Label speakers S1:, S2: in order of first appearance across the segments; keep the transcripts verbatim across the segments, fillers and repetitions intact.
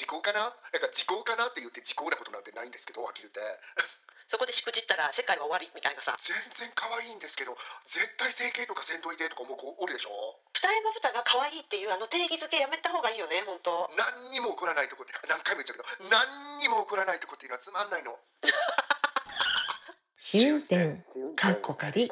S1: 効かな、なんか時効かなって言って時効なことなんてないんですけど、はっきり言って
S2: そこでしくじったら世界は終わりみたいなさ。
S1: 全然可愛いんですけど、絶対整形とかせんといてとか思う子おるでしょ。
S2: 二重まぶたが可愛いっていうあの定義づけやめた方がいいよね、本当。
S1: 何にも起こらないとこって何回も言っちゃうけど、何にも起こらないとこっていうのはつまんないの。
S2: 試運転かっこかり。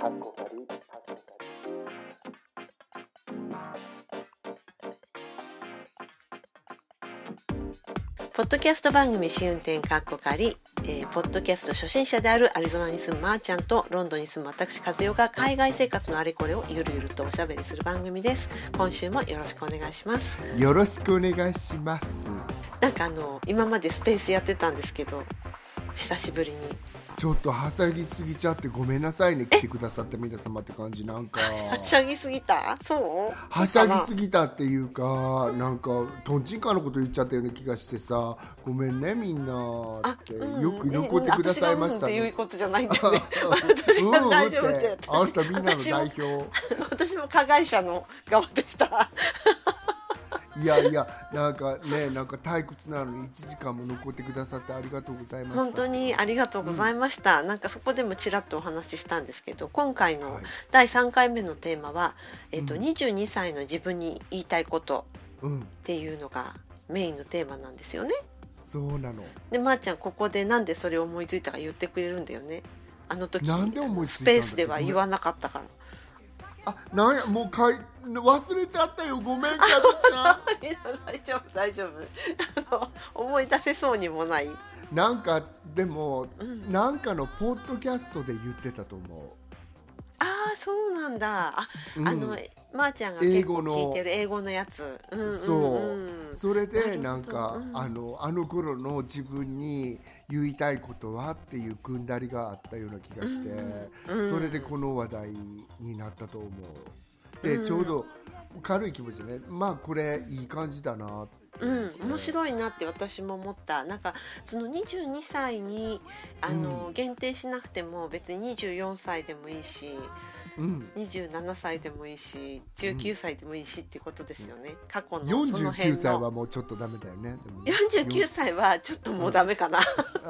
S2: ポッドキャスト番組試運転かっこかり、えー、ポッドキャスト初心者であるアリゾナに住むまーちゃんとロンドンに住む私和代が海外生活のあれこれをゆるゆるとおしゃべりする番組です。今週もよろしくお願いします。
S1: よろしくお願いします。
S2: なんかあの今までスペースやってたんですけど、久しぶりに
S1: ちょっとはしゃぎすぎちゃってごめんなさいね、来てくださった皆様って感じ。なんか
S2: はしゃぎすぎた？そう
S1: はしゃぎすぎたっていうか、なんかとんちんかんのこと言っちゃったような気がしてさ、ごめんねみんなって、うん、よく残ってくださいましたね。
S2: 私がうんっていうことじゃないんだよね。私が大丈夫って、
S1: あんたみんなの代表。
S2: 私も加害者の側でした
S1: いやいや、なんかね、なんか退屈なのにいちじかんも残ってくださってありがとうございました。
S2: 本当にありがとうございました、うん、なんかそこでもちらっとお話ししたんですけど、今回のだいさんかいめのテーマは、えーとうん、にじゅうにさいの自分に言いたいことっていうのがメインのテーマなんですよね。
S1: そうなの。
S2: で、まーちゃんここでなんでそれを思いついたか言ってくれるんだよね。あの時
S1: なんで思いついたんだっけ？
S2: スペースでは言わなかったから。
S1: あ、なんや、もうかい忘れちゃったよ、ごめんかずちゃん
S2: 大丈夫大丈夫あの思い出せそうにもない。
S1: なんかでも、うん、なんかのポッドキャストで言ってたと思う。
S2: ああ、そうなんだ。あ、うん、あのまーちゃんが結構聞いてる英語のやつ、うんうんうん、
S1: そうそれでなんか、うん、あのあの頃の自分に言いたいことはっていうくんだりがあったような気がして、うん、それでこの話題になったと思う。で、うん、ちょうど軽い気持ちね、まあこれいい感じだなって、
S2: うん、面白いなって私も思った。なんかそのにじゅうにさいにあの、うん、限定しなくても別ににじゅうよんさいでもいいし、うん、にじゅうななさいでもいいしじゅうきゅうさいでもいいしってことですよね、うん、過去のその辺の
S1: よんじゅうきゅうさいはもうちょっとダメだよね。でもね、
S2: よんじゅうきゅうさいはちょっともうダメかな、うん、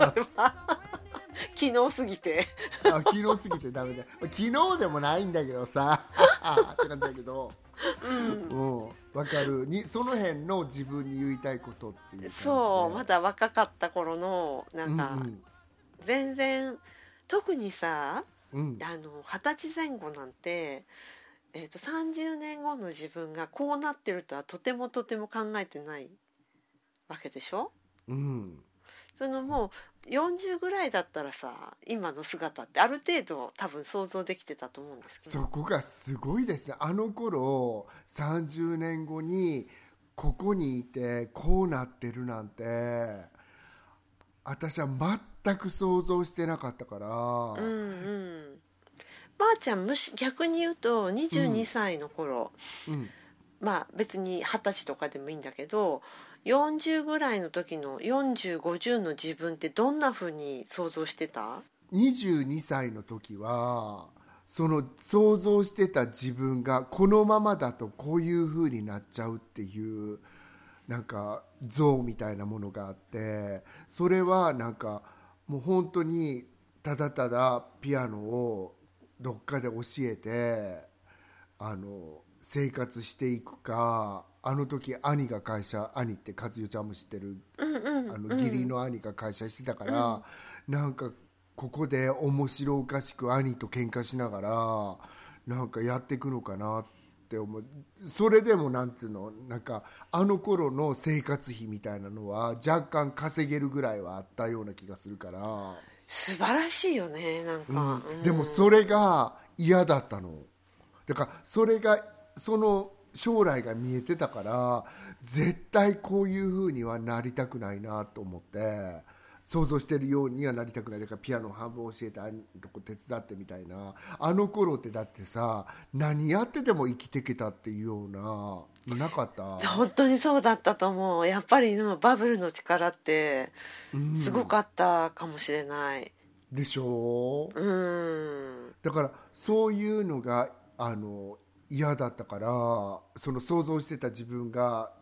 S2: 昨日すぎて
S1: あ、昨日すぎてダメだ。昨日でもないんだけどさって感じだけど、うん、うん、分かるに、その辺の自分に言いたいことっていう感じで。
S2: そう、まだ若かった頃のなんか、うんうん、全然特にさ、うん、あのはたちぜん後なんて、えーと、さんじゅうねんごの自分がこうなってるとはとてもとても考えてないわけでしょ、うん、そのもうよんじゅうぐらいだったらさ、今の姿ってある程度多分想像できてたと思うんですけど、
S1: そこがすごいですね。あの頃さんじゅうねんごにここにいてこうなってるなんて私は全く想像してなかったから、うんうん、
S2: ばあちゃんむし逆に言うとにじゅうにさいの頃、うんうん、まあ別にはたちとかでもいいんだけど、よんじゅうぐらいの時のよんじゅう、ごじゅうの自分ってどんな風に想像してた？
S1: にじゅうにさいの時はその想像してた自分がこのままだとこういう風になっちゃうっていうなんか像みたいなものがあって、それはなんかもう本当にただただピアノをどっかで教えてあの生活していくか、あの時兄が会社、兄って和代ちゃんも知ってる、うんうん、あの義理の兄が会社してたから、うん、なんかここで面白おかしく兄と喧嘩しながらなんかやっていくのかなって思う。それでもなんつうの、なんかあの頃の生活費みたいなのは若干稼げるぐらいはあったような気がするから、
S2: 素晴らしいよね、なんか、うん
S1: うん、でもそれが嫌だったの。だからそれがその将来が見えてたから、絶対こういう風にはなりたくないなと思って、想像してるようにはなりたくない。だからピアノ半分教えてあんとこ手伝ってみたいな。あの頃ってだってさ、何やってても生きてけたっていうようななかった？
S2: 本当にそうだったと思う。やっぱりのバブルの力ってすごかったかもしれない、
S1: うん、でしょう。うん、だからそういうのがあの嫌だったから、その想像してた自分が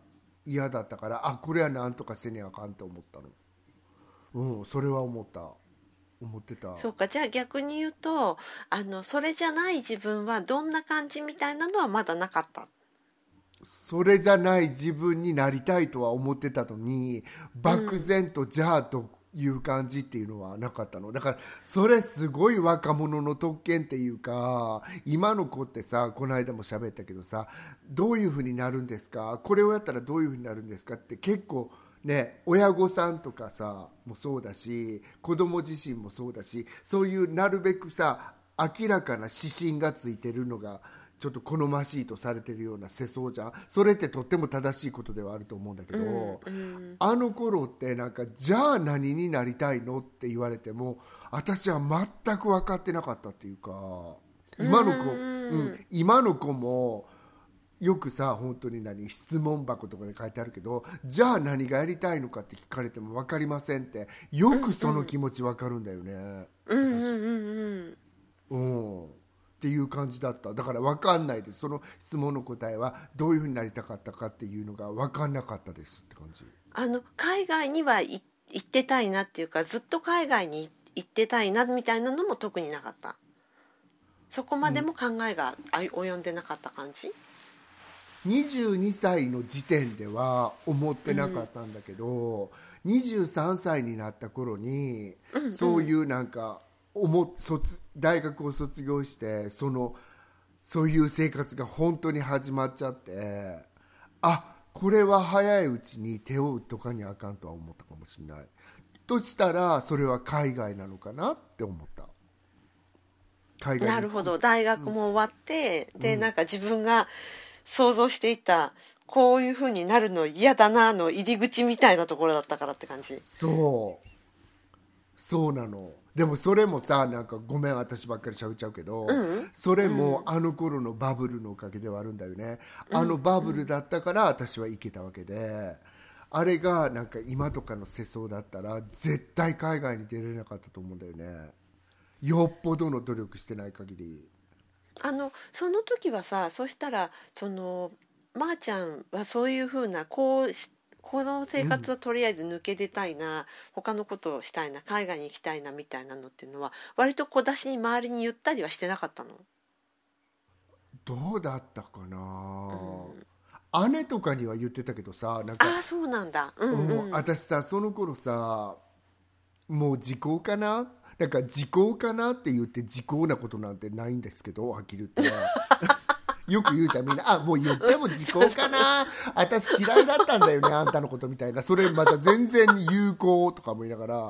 S1: 嫌だったから、あこれはなんとかせねあかんと思ったの。うん、それは思った思ってた。
S2: そうか、じゃあ逆に言うと、あのそれじゃない自分はどんな感じみたいなのはまだなかった。
S1: それじゃない自分になりたいとは思ってたのに、漠然とじゃあという感じっていうのはなかったの。だからそれすごい若者の特権っていうか、今の子ってさ、この間も喋ったけどさ、どういう風になるんですか、これをやったらどういう風になるんですかって結構ね、親御さんとかさもそうだし、子供自身もそうだし、そういうなるべくさ明らかな指針がついてるのがちょっと好ましいとされてるような世相じゃん。それってとっても正しいことではあると思うんだけど、
S2: うんうん、
S1: あの頃ってなんかじゃあ何になりたいのって言われても私は全く分かってなかったっていうか、今の子、
S2: うん
S1: うん、今の子もよくさ本当に何質問箱とかで書いてあるけど、じゃあ何がやりたいのかって聞かれても分かりませんって、よくその気持ち分かるんだよね、
S2: うんうんうん
S1: うん、っていう感じだった。だから分かんないです。その質問の答えはどういうふうになりたかったかっていうのが分かんなかったですって感じ。
S2: あの海外には行ってたいなっていうか、ずっと海外に行ってたいなみたいなのも特になかった。そこまでも考えが及んでなかった感じ。
S1: にじゅうにさいの時点では思ってなかったんだけど、うん、にじゅうさんさいになった頃に、うんうん、そういうなんか卒大学を卒業してそのそういう生活が本当に始まっちゃって、あこれは早いうちに手を打っとかにあかんとは思ったかもしれない。としたらそれは海外なのかなって思った。
S2: 海外なるほど、大学も終わって、うん、でなんか自分が想像していたこういう風になるの嫌だなの入り口みたいなところだったからって感じ。
S1: そうそうなの。でもそれもさ、なんかごめん私ばっかりしゃべっちゃうけど、うん、それもあの頃のバブルのおかげではあるんだよね、うん、あのバブルだったから私は行けたわけで、あれがなんか今とかの世相だったら絶対海外に出れなかったと思うんだよね、よっぽどの努力してない限り。
S2: あのその時はさ、そしたらそのまーちゃんはそういう風なこうこの生活はとりあえず抜け出たいな、うん、他のことをしたいな、海外に行きたいなみたいなのっていうのは割と小出しに周りに言ったりはしてなかったの？
S1: どうだったかな、うん、姉とかには言ってたけどさ、なんか
S2: ああそうなんだ、うんうん、
S1: 私さその頃さもう時効かな、なんか時効かなって言って時効なことなんてないんですけど、はっきり言ってよく言うじゃんみんな、あもう言っても時効かな私嫌いだったんだよねあんたのことみたいな、それまた全然有効とかも言いながら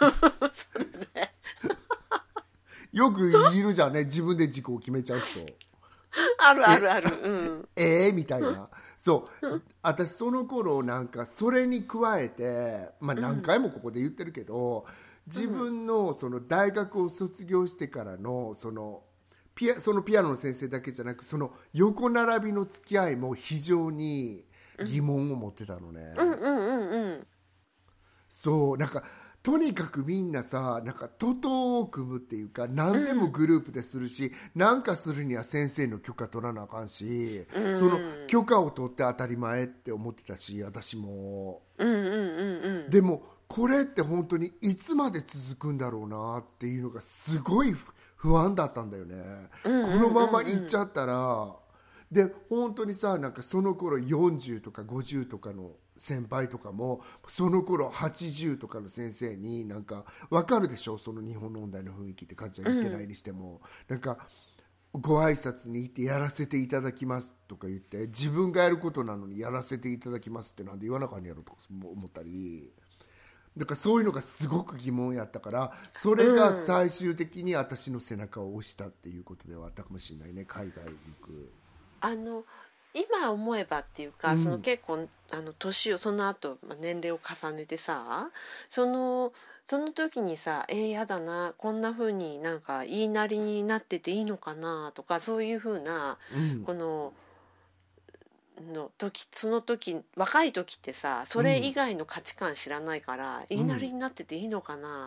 S1: よくいるじゃんね、自分で時効を決めちゃう人
S2: あるあるある、うん、
S1: えー、みたいな。そう私その頃なんかそれに加えて、まあ、何回もここで言ってるけど、うん、自分のその大学を卒業してからのそのピア、そのピアノの先生だけじゃなくその横並びの付き合いも非常に疑問を持ってたのね、
S2: うんうんうんうん、
S1: そうなんかとにかくみんなさなんか徒党を組むっていうか何でもグループでするし、うん、なんかするには先生の許可取らなあかんし、うん、その許可を取って当たり前って思ってたし私も、
S2: うんうんうんうん、
S1: でもこれって本当にいつまで続くんだろうなっていうのがすごい不安だったんだよね、うんうんうんうん、このまま行っちゃったら。で本当にさなんかその頃よんじゅうとかごじゅうとかの先輩とかもその頃はちじゅうとかの先生になんか分かるでしょ、その日本の音大の雰囲気って感じは言ってないにしても、うん、なんかご挨拶に行ってやらせていただきますとか言って自分がやることなのにやらせていただきますってなんで言わなあかんやろとか思ったり、だからそういうのがすごく疑問やったから、それが最終的に私の背中を押したっていうことではあったかもしれないね、海外に行く。
S2: あの今思えばっていうか、うん、その結構あの年をその後年齢を重ねてさ、そのその時にさ、えー、やだなこんな風になんか言いなりになってていいのかなとか、そういう風な、うん、このの時その時若い時ってさそれ以外の価値観知らないから、うん、言いなりになってていいのかな、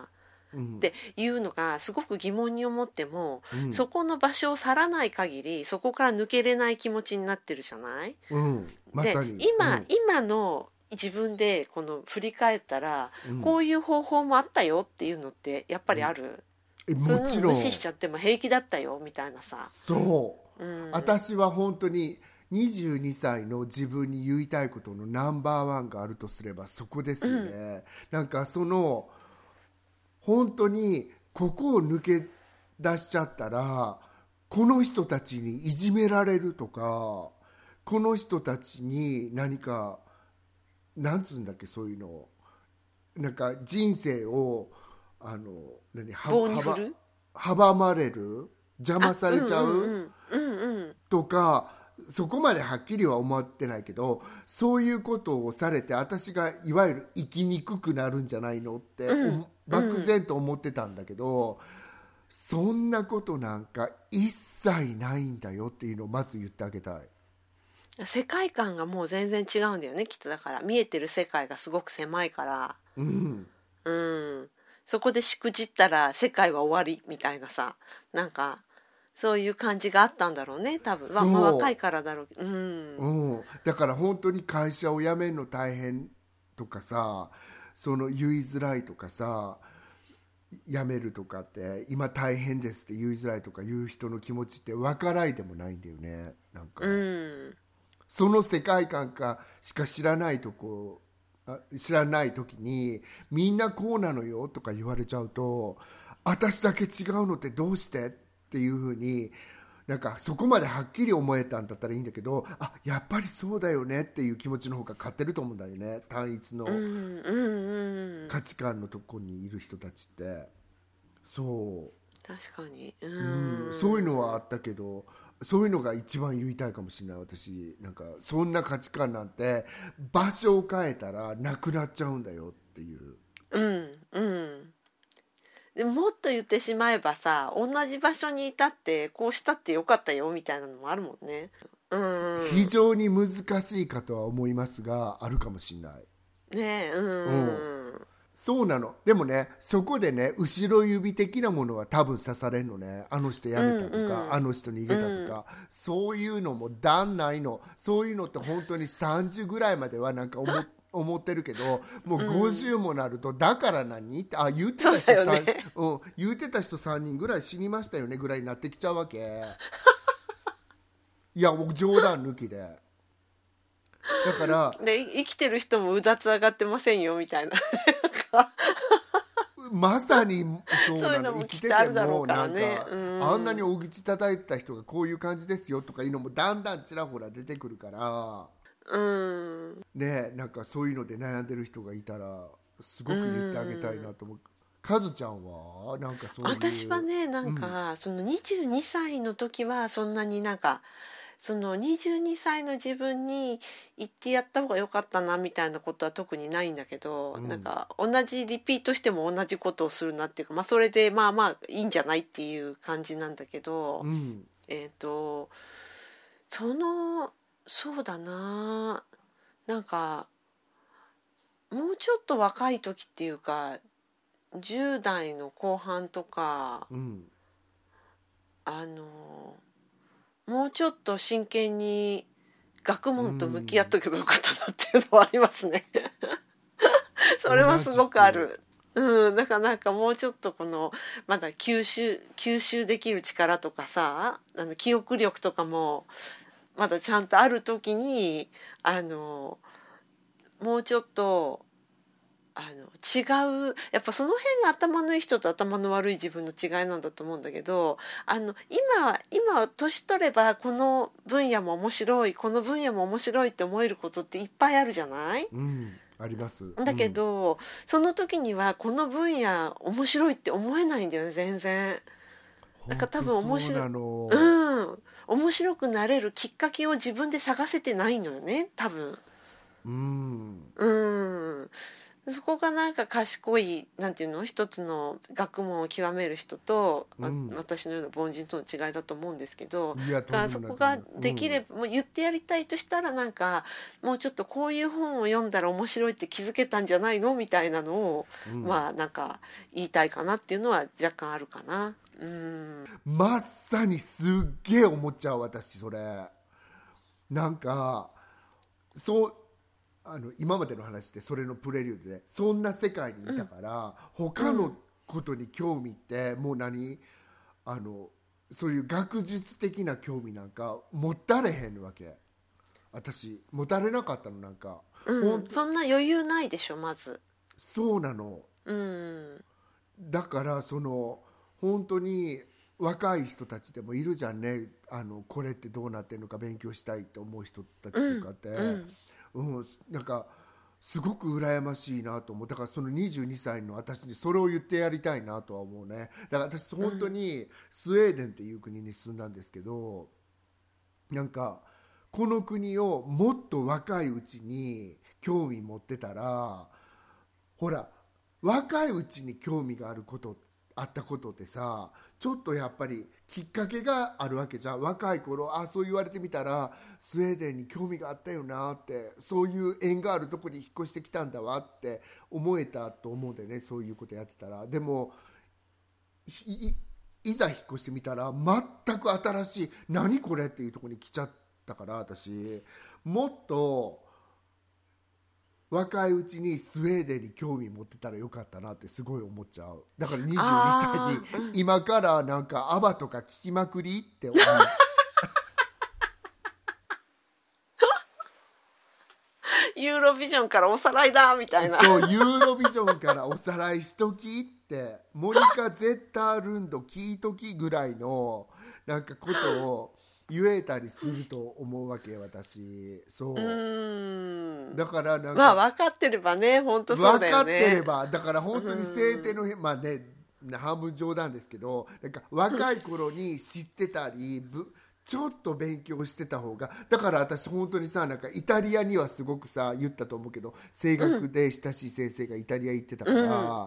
S2: っていうのがすごく疑問に思っても、
S1: うん、
S2: そこの場所を去らない限りそこから抜けれない気持ちになってるじゃない、
S1: うん、まさに
S2: で今、
S1: うん、
S2: 今の自分でこの振り返ったら、
S1: うん、
S2: こういう方法もあったよっていうのってやっぱりある、
S1: うん、
S2: そ
S1: もちろん
S2: 無視しちゃっても平気だったよみたいなさ。
S1: そう、
S2: うん、
S1: 私は本当ににじゅうにさいの自分に言いたいことのナンバーワンがあるとすればそこですよね、うん、なんかその本当にここを抜け出しちゃったらこの人たちにいじめられるとか、この人たちに何かなんつうんだっけ、そういうのなんか人生をあの何
S2: は
S1: 阻まれる、邪魔されちゃうとか、そこまではっきりは思ってないけど、そういうことをされて私がいわゆる生きにくくなるんじゃないのって、うん、漠然と思ってたんだけど、うん、そんなことなんか一切ないんだよっていうのをまず言ってあげたい。
S2: 世界観がもう全然違うんだよね、きっと。だから見えてる世界がすごく狭いから、
S1: うん、
S2: うん、そこでしくじったら世界は終わりみたいなさ、なんかそういう感じがあったんだろうね、多分。まあ、若いからだろうけど、うん
S1: うん、だから本当に会社を辞めるの大変とかさ、その言いづらいとかさ、辞めるとかって今大変ですって言いづらいとか言う人の気持ちって分からいでもないんだよね。なんか、
S2: うん、
S1: その世界観かしか知らないとこ知らない時にみんなこうなのよとか言われちゃうと、私だけ違うのってどうしてっていう風になんかそこまではっきり思えたんだったらいいんだけど、あ、やっぱりそうだよねっていう気持ちの方が勝ってると思うんだよね、単一の価値観のとこにいる人たちって。そう
S2: 確かに、
S1: うん、そういうのはあったけど、そういうのが一番言いたいかもしれない。私なんかそんな価値観なんて場所を変えたらなくなっちゃうんだよっていう。
S2: うんうんでもっと言ってしまえばさ、同じ場所にいたってこうしたってよかったよみたいなのもあるもんね。うん、
S1: 非常に難しいかとは思いますがあるかもしれない
S2: ねえ、うん、うん、
S1: そうなの。でもね、そこでね後ろ指的なものは多分刺されんのね。あの人辞めたとか、うんうん、あの人逃げたとか、うん、そういうのも段ないの。そういうのって本当にさんじゅうぐらいまではなんか思って思ってるけど、もうごじゅうもなると、うん、だから何ってあ言ってた人、ねうん、言ってた人さんにんぐらい死にましたよねぐらいになってきちゃうわけいや僕冗談抜きでだから
S2: で生きてる人もうだつ上がってませんよみたいな
S1: まさにそうなの。生きててもなんか、
S2: うん、
S1: あんなに大口叩いてた人がこういう感じですよとかいうのもだんだんちらほら出てくるから
S2: うん
S1: ね、なんかそういうので悩んでる人がいたらすごく言ってあげたいなと思う。カズちゃんはなんかそういう。
S2: 私はねなんか、うん、そのにじゅうにさいの時はそんなになんかそのにじゅうにさいの自分に言ってやった方が良かったなみたいなことは特にないんだけど、うん、なんか同じリピートしても同じことをするなっていうか、まあ、それでまあまあいいんじゃないっていう感じなんだけど、
S1: うん、
S2: えっとそのそうだななんかもうちょっと若い時っていうかじゅう代の後半とか、
S1: うん、
S2: あのもうちょっと真剣に学問と向き合っとけばよかったなっていうのはありますねそれはすごくある。うん、だからなんかもうちょっとこのまだ吸収吸収できる力とかさ、あの記憶力とかもまだちゃんとある時にあのもうちょっとあの違うやっぱその辺が頭のいい人と頭の悪い自分の違いなんだと思うんだけど、あの今今年取ればこの分野も面白いこの分野も面白いって思えることっていっぱいあるじゃない、
S1: うん、あります。
S2: だけど、うん、その時にはこの分野面白いって思えないんだよね全然。なんか多分面白い、うん、面白くなれるきっかけを自分で探せてないのよね多分。
S1: うん、
S2: うんそこがなんか賢いなんていうの一つの学問を極める人と、うん、私のような凡人との違いだと思うんですけど、だからそこができれば、うん、もう言ってやりたいとしたらなんかもうちょっとこういう本を読んだら面白いって気づけたんじゃないのみたいなのを、うん、まあなんか言いたいかなっていうのは若干あるかな。うん、
S1: まさにすっげえ思っちゃう私それ。なんかそうあの今までの話ってそれのプレリュードでそんな世界にいたから、うん、他のことに興味ってもう何あのそういう学術的な興味なんか持たれへんわけ。私持たれなかったのなんか、
S2: うん、そんな余裕ないでしょまず。
S1: そうなの、
S2: うん、
S1: だからその本当に若い人たちでもいるじゃんね。あのこれってどうなってるのか勉強したいと思う人たちとかって、うんうん、なんかすごく羨ましいなと思う。だからそのにじゅうにさいの私にそれを言ってやりたいなとは思うね。だから私本当にスウェーデンっていう国に住んだんですけど、なんかこの国をもっと若いうちに興味持ってたら、ほら若いうちに興味があることあったことってさ、ちょっとやっぱりきっかけがあるわけじゃん。若い頃あそう言われてみたらスウェーデンに興味があったよなって、そういう縁があるとこに引っ越してきたんだわって思えたと思うんだよね、そういうことやってたら。でも い, いざ引っ越してみたら全く新しい何これっていうところに来ちゃったから、私もっと若いうちにスウェーデンに興味持ってたらよかったなってすごい思っちゃう。だからにじゅうにさいに今からなんかアバとか聞きまくりって思う
S2: ユーロビジョンからおさらいだみたいな。
S1: そうユーロビジョンからおさらいしときってモニカ・ゼッタールンド聞いときぐらいのなんかことを言えたりすると思うわけ私。そう、う
S2: ーん
S1: だからなんか
S2: まあ分かってればね、本当そうだよね。
S1: 分かってれば、だから本当に晴天の日、まあね半分冗談ですけど、なんか若い頃に知ってたりぶちょっと勉強してた方が、だから私本当にさ、なんかイタリアにはすごくさ言ったと思うけど、声楽で親しい先生がイタリア行ってたから、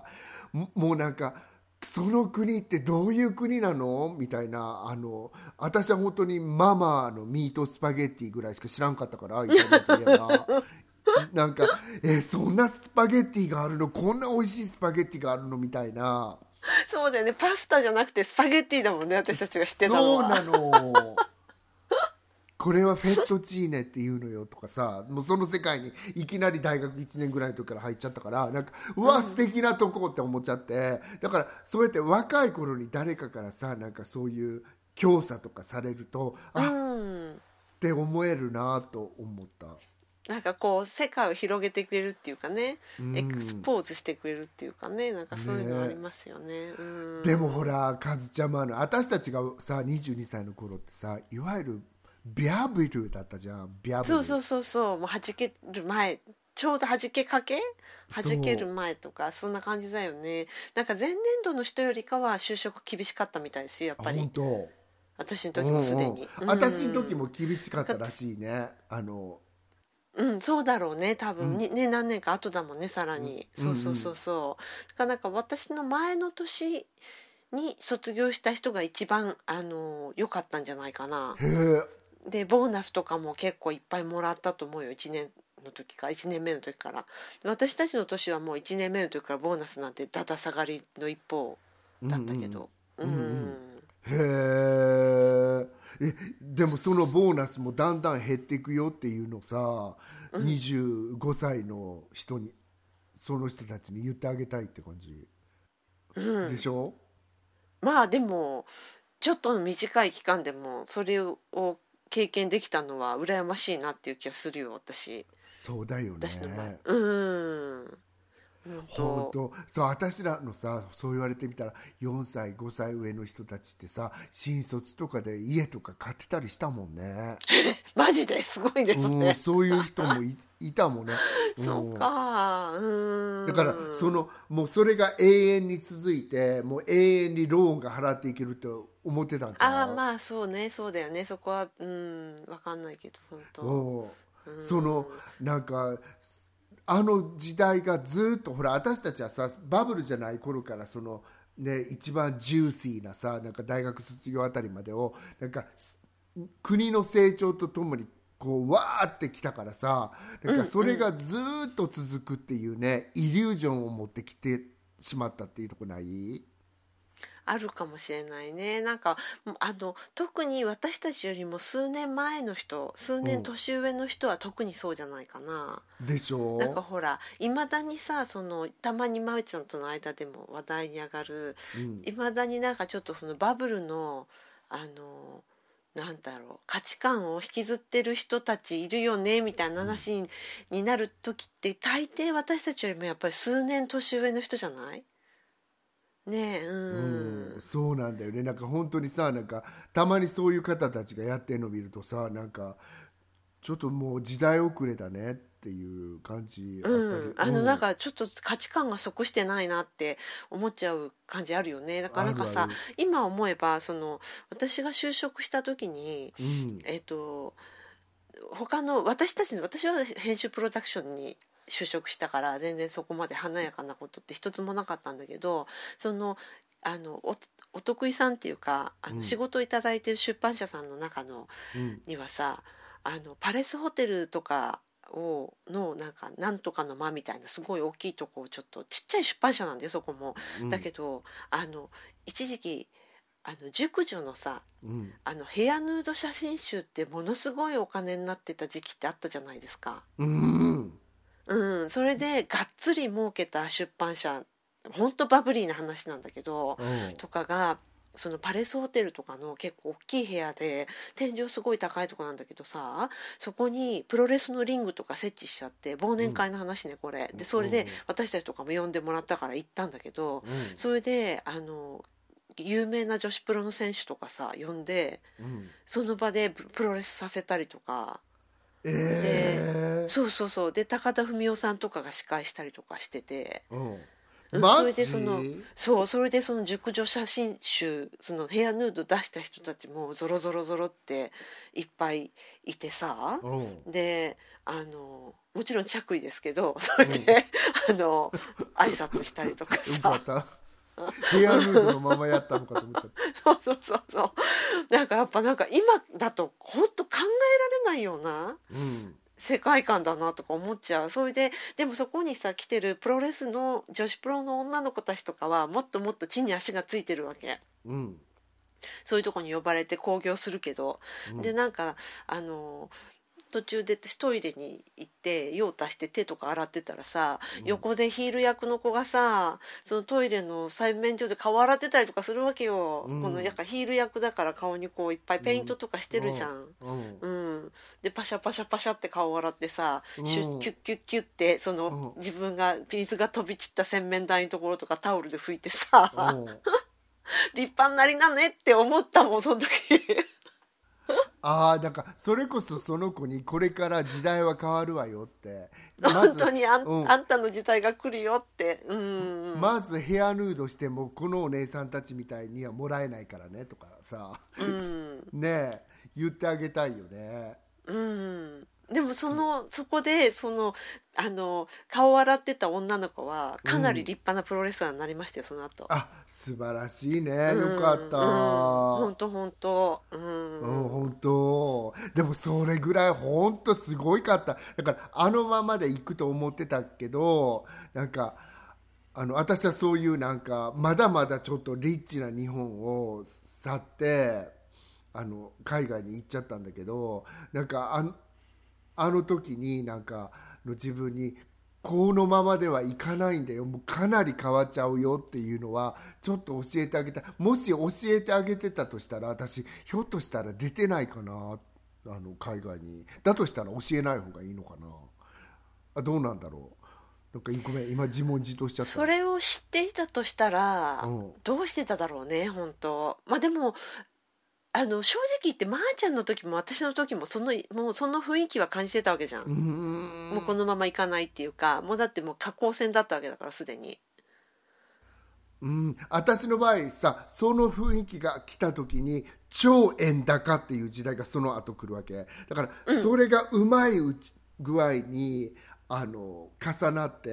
S1: うん、もうなんかその国ってどういう国なのみたいな、あの私は本当にママのミートスパゲッティぐらいしか知らんかったから、イタリアといえばなんかえそんなスパゲッティがあるの、こんな美味しいスパゲッティがあるのみたいな。
S2: そうだよね、パスタじゃなくてスパゲッティだもんね、私たちが知ってたのは。
S1: そうなのこれはフェットチーネっていうのよとかさ、もうその世界にいきなり大学いちねんぐらいの時から入っちゃったから、なんかうわ素敵なとこって思っちゃって、だからそうやって若い頃に誰かからさ、なんかそういう教唆とかされるとあ、うん、って思えるなと思った。
S2: なんかこう世界を広げてくれるっていうかね、うん、エクスポーズしてくれるっていうかね、なんかそういうのありますよね。ね、うん、
S1: でもほらカズちゃんもあの私たちがさにじゅうにさいの頃ってさ、いわゆるビャブルだったじゃん。ビャブル、
S2: そうそうそうそう、もう弾ける前、ちょうど弾けかけ弾ける前とかそんな感じだよね。なんか前年度の人よりかは就職厳しかったみたいですよ、やっぱり。
S1: 本当。
S2: 私の時もすでに、
S1: うんうん、私の時も厳しかったらしいね。あの
S2: うん、そうだろうね多分に、うん、ね何年か後だもんねさらに、うん、そうそうそうそう。だからなんか私の前の年に卒業した人が一番あの良かったんじゃないかな。
S1: へえ。
S2: でボーナスとかも結構いっぱいもらったと思うよ、いちねんの時からいちねんめの時から。私たちの年はもういちねんめの時からボーナスなんてだだ下がりの一方だったけど、うん、うんうん、
S1: へえ。でもそのボーナスもだんだん減っていくよっていうのさ、うん、にじゅうごさいの人にその人たちに言ってあげたいって感じ、うん、でしょ。
S2: まあでもちょっとの短い期間でもそれを経験できたのは羨ましいなっていう気がするよ私。
S1: そうだよね。
S2: 私の前うん
S1: 本当そう、私らのさそう言われてみたらよんさいごさい上の人たちってさ新卒とかで家とか買ってたりしたもんね
S2: マジですごいですね、
S1: うん、そういう人も い, いたもんね、
S2: うん、そうか。うん、
S1: だからそのもうそれが永遠に続いてもう永遠にローンが払っていけると思ってたんじゃない。
S2: ああまあそうね、そうだよね、そこはうん分かんないけど本当、
S1: うん、そのなんかあの時代がずっとほら私たちはさバブルじゃない頃からその、ね、一番ジューシーなさなんか大学卒業あたりまでをなんか国の成長とともにこうわーってきたからさなんかそれがずっと続くっていうね、うんうん、イリュージョンを持ってきてしまったっていうとこない？
S2: あるかもしれないね。なんかあの特に私たちよりも数年前の人、数年年上の人は特にそうじゃないかな。
S1: でしょう。
S2: なんかほらいまだにさそのたまにまうちゃんとの間でも話題に上がるいま、うん、だになんかちょっとそのバブルのあのなんだろう価値観を引きずってる人たちいるよねみたいな話に、うん、になる時って大抵私たちよりもやっぱり数年年上の人じゃない？ねえ、うん、
S1: うん、そうなんだよね。なんか本当にさなんかたまにそういう方たちがやってるのを見るとさなんかちょっともう時代遅れだねっていう感じあったり、うん、
S2: あのなんかちょっと価値観が即してないなって思っちゃう感じあるよね。だからなんかさ今思えばその私が就職した時に、うん、えっと他の私たちの私は編集プロダクションに就職したから全然そこまで華やかなことって一つもなかったんだけどそのあの お, お得意さんっていうかあの、うん、仕事をいただいてる出版社さんの中の、うん、にはさあのパレスホテルとかをのなんかなんとかの間みたいなすごい大きいとこをちょっとちっちゃい出版社なんでそこも、うん、だけどあの一時期あの熟女のさ、うん、あのヘアヌード写真集ってものすごいお金になってた時期ってあったじゃないですか。うんうん、それでがっつり儲けた出版社ほんとバブリーな話なんだけど、うん、とかがそのパレスホテルとかの結構大きい部屋で天井すごい高いとこなんだけどさそこにプロレスのリングとか設置しちゃって忘年会の話ねこれ、うん、でそれで私たちとかも呼んでもらったから行ったんだけど、うん、それであの有名な女子プロの選手とかさ呼んで、うん、その場でプロレスさせたりとか。
S1: えー、
S2: でそうそうそうで高田文夫さんとかが司会したりとかしてて、
S1: うん
S2: うん、それでそのそうそれでその熟女写真集そのヘアヌード出した人たちもゾロゾロゾロっていっぱいいてさ、うん、であのもちろん着衣ですけどそれで、うん、あの挨拶したりとかさ
S1: ヘアヌードのままやったのかと思っちゃった
S2: そうそうそうそうなんかやっぱなんか今だと本当考えられないような、うん世界観だなとか思っちゃう。それででもそこにさ来てるプロレスの女子プロの女の子たちとかはもっともっと地に足がついてるわけ、うん、そういうとこに呼ばれて興行するけど、うん、でなんかあの途中でトイレに行って用足して手とか洗ってたらさ、うん、横でヒール役の子がさそのトイレの洗面所で顔洗ってたりとかするわけよ、うん、このやっぱヒール役だから顔にこういっぱいペイントとかしてるじゃん、うんうんうん、でパシャパシャパシャって顔洗ってさ、うん、シュッキュッキュッキュッってその、うん、自分が水が飛び散った洗面台のところとかタオルで拭いてさ、うん、立派になりなねって思ったもんその時
S1: ああだからそれこそその子にこれから時代は変わるわよって
S2: 本当にあ ん,、うん、あんたの時代が来るよってうん
S1: まずヘアヌードしてもこのお姉さんたちみたいにはもらえないからねとかさ、うん、ねえ言ってあげたいよね。
S2: うんでもそのそこでそのあの顔を洗ってた女の子はかなり立派なプロレスラーになりましたよ、うん、その後。
S1: あ素晴らしいね、うん、よかった
S2: 本当本当
S1: うん本当でもそれぐらい本当すごいかった。だからあのままで行くと思ってたけどなんかあの私はそういうなんかまだまだちょっとリッチな日本を去ってあの海外に行っちゃったんだけどなんかあのあの時になんかの自分にこのままではいかないんだよもうかなり変わっちゃうよっていうのはちょっと教えてあげた。もし教えてあげてたとしたら私ひょっとしたら出てないかなあの海外に。だとしたら教えない方がいいのかなあどうなんだろう。なんかごめん今自問自答しちゃった。
S2: それを知っていたとしたら、うん、どうしてただろうね本当。まあでもあの正直言ってまーちゃんの時も私の時もそのもうその雰囲気は感じてたわけじゃん。うんもうこのままいかないっていうかもうだってもう下降線だったわけだからすでに。
S1: うん私の場合さその雰囲気が来た時に超円高っていう時代がその後来るわけだから、うん、それがうまいうち具合にあの重なって、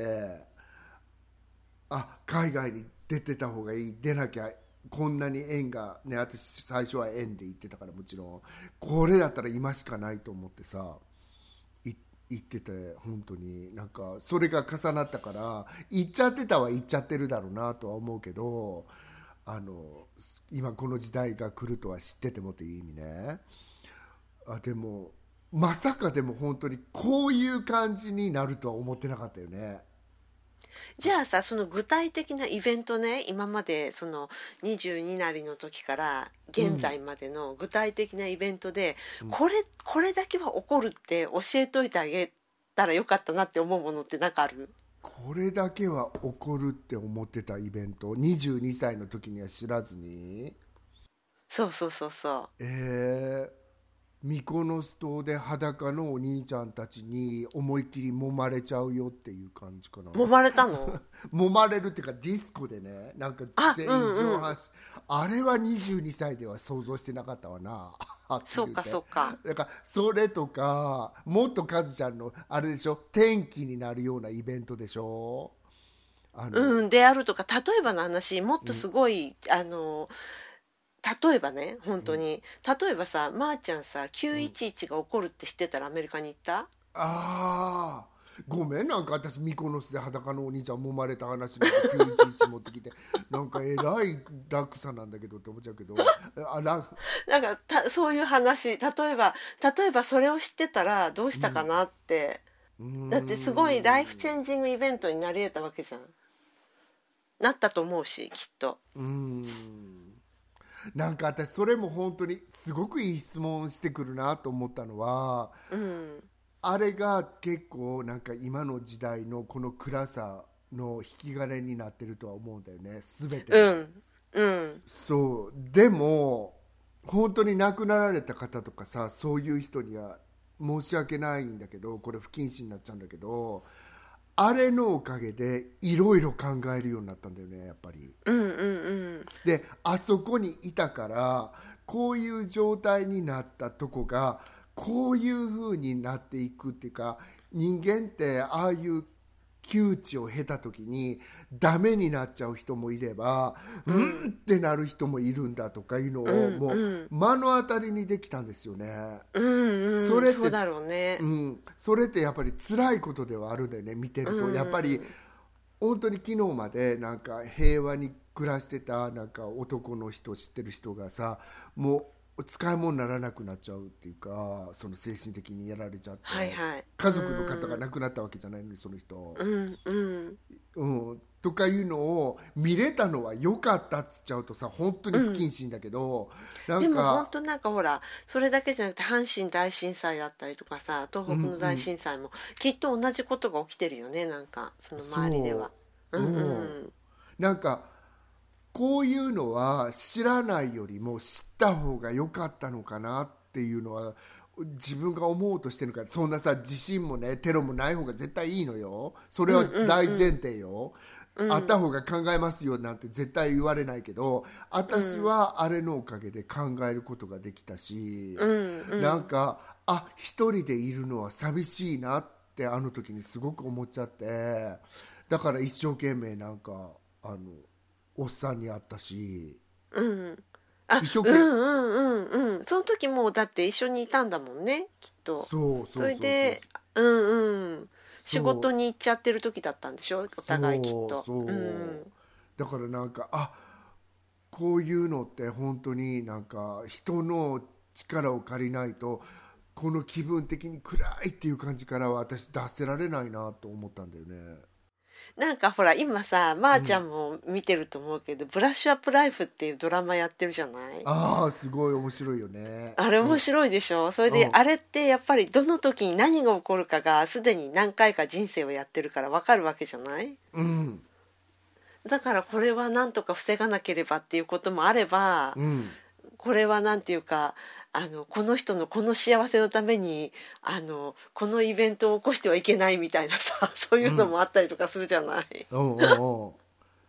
S1: あ海外に出てた方がいい、出なきゃこんなに円がね、私最初は円で行ってたから、もちろんこれだったら今しかないと思ってさ行ってて、本当になんかそれが重なったから行っちゃってたは行っちゃってるだろうなとは思うけど、あの今この時代が来るとは知っててもっていう意味ね。あでもまさかでも本当にこういう感じになるとは思ってなかったよね。
S2: じゃあさ、その具体的なイベントね、今までそのにじゅうになりの時から現在までの具体的なイベントで、うん、これこれだけは起こるって教えといてあげたらよかったなって思うものって何かある？
S1: これだけは起こるって思ってたイベント、にじゅうにさいの時には知らずに。
S2: そうそうそうそう。
S1: えーミコノス島で裸のお兄ちゃんたちに思いっきり揉まれちゃうよっていう感じかな。
S2: 揉まれたの？
S1: 揉まれるっていうかディスコでね、なんか全員上半身、あれはにじゅうにさいでは想像してなかったわな。
S2: そうかそうか。
S1: だからそれとか、もっとカズちゃんのあれでしょ、天気になるようなイベントでしょ。
S2: あのうんであるとか、例えばの話、もっとすごい、うん、あの例えばね、本当に、うん、例えばさ、まー、ちゃんさきゅういちいちが起こるって知ってたらアメリカに行った？
S1: あーごめん、なんか私ミコノスで裸のお兄ちゃん揉まれた話なんかきゅういちいち持ってきてなんかえらい落差なんだけどって思っちゃうけど、あら
S2: なんかたそういう話、例えば例えばそれを知ってたらどうしたかなって、うん、だってすごいライフチェンジングイベントになり得たわけじゃん。なったと思うし、きっと。
S1: うーんなんか私それも本当にすごくいい質問してくるなと思ったのは、うん、あれが結構なんか今の時代のこの暗さの引き金になってるとは思うんだよね、全て。
S2: うんうん、
S1: そうでも本当に亡くなられた方とかさ、そういう人には申し訳ないんだけど、これ不謹慎になっちゃうんだけど、あれのおかげでいろいろ考えるようになったんだよね、やっぱり。
S2: うんうんうん、
S1: であそこにいたからこういう状態になったとこがこういう風になっていくっていうか、人間ってああいう窮地を経た時にダメになっちゃう人もいれば、うん、うんってなる人もいるんだとかいうのを、うんうん、もう目の当たりにできたんですよね。
S2: うんうん、それってそうだろうね、
S1: うん、それってやっぱり辛いことではあるんだよね、見てると、うんうん、やっぱり本当に昨日までなんか平和に暮らしてたなんか男の人知ってる人がさ、もう使い物にならなくなっちゃうっていうか、その精神的にやられちゃって、
S2: はいはい、
S1: 家族の方が亡くなったわけじゃないのにその人、
S2: うんうん
S1: うん、とかいうのを見れたのは良かったっつっちゃうとさ本当に不謹慎だけど、
S2: うん、なんかでも本当なんかほら、それだけじゃなくて阪神大震災だったりとかさ、東北の大震災もきっと同じことが起きてるよね、なんかその周りでは。
S1: そう、うんうん、なんかこういうのは知らないよりも知った方が良かったのかなっていうのは自分が思おうとしてるから。そんなさ地震もねテロもない方が絶対いいのよ、それは大前提よ、うんうんうん、あった方が考えますよなんて絶対言われないけど、私はあれのおかげで考えることができたし、うんうん、なんかあ一人でいるのは寂しいなってあの時にすごく思っちゃって、だから一生懸命なんかあのおっさんに会ったし、
S2: うん、あ一生懸命、うんうんうんうん、その時もうだって一緒にいたんだもんね、きっと。
S1: そうそうそうそう、
S2: それでうんうん仕事に行っちゃってる時だったんでしょ、お互いきっと。
S1: そうそう、うん、だからなんかあこういうのって本当になんか人の力を借りないとこの気分的に暗いっていう感じからは私出せられないなと思ったんだよね。
S2: なんかほら今さ、まー、ちゃんも見てると思うけど、うん、ブラッシュアップライフっていうドラマやってるじゃない。
S1: あーすごい面白いよね、
S2: あれ面白いでしょ、うん、それで、うん、あれってやっぱりどの時に何が起こるかがすでに何回か人生をやってるから分かるわけじゃない、うん、だからこれはなんとか防がなければっていうこともあれば、うん、これはなんていうかあのこの人のこの幸せのためにあのこのイベントを起こしてはいけないみたいなさ、そういうのもあったりとかするじゃない、うん、おうおう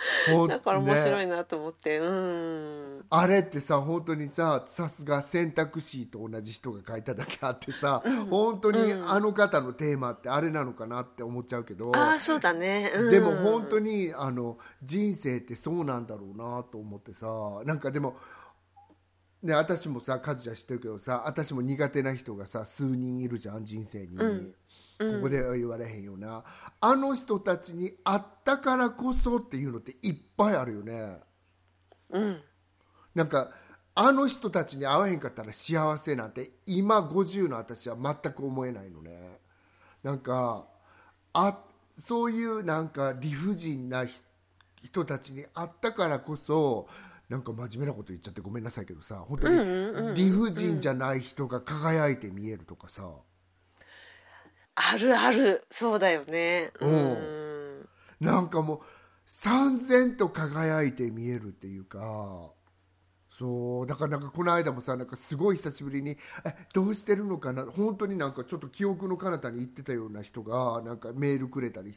S2: だから面白いなと思って、ね、うん
S1: あれってさ本当にささすが選択肢と同じ人が書いただけあってさ、うん、本当にあの方のテーマってあれなのかなって思っちゃうけど、うん、
S2: ああそうだね、
S1: うん、でも本当にあの人生ってそうなんだろうなと思ってさ、なんかでもね、私もさカズちゃん知ってるけどさ、私も苦手な人がさ数人いるじゃん人生に、うんうん、ここでは言われへんよな、あの人たちに会ったからこそっていうのっていっぱいあるよね、
S2: うん、
S1: なんかあの人たちに会わへんかったら幸せなんて今ごじゅうの私は全く思えないのね。なんかあそういうなんか理不尽な人たちに会ったからこそ、なんか真面目なこと言っちゃってごめんなさいけどさ、本当に理不尽じゃない人が輝いて見えるとかさ、
S2: あるある、そうだよね、
S1: うん、なんかもう燦然と輝いて見えるっていうか、そうだからなんかこの間もさ、なんかすごい久しぶりにえどうしてるのかな、本当になんかちょっと記憶の彼方に行ってたような人がなんかメールくれたりして、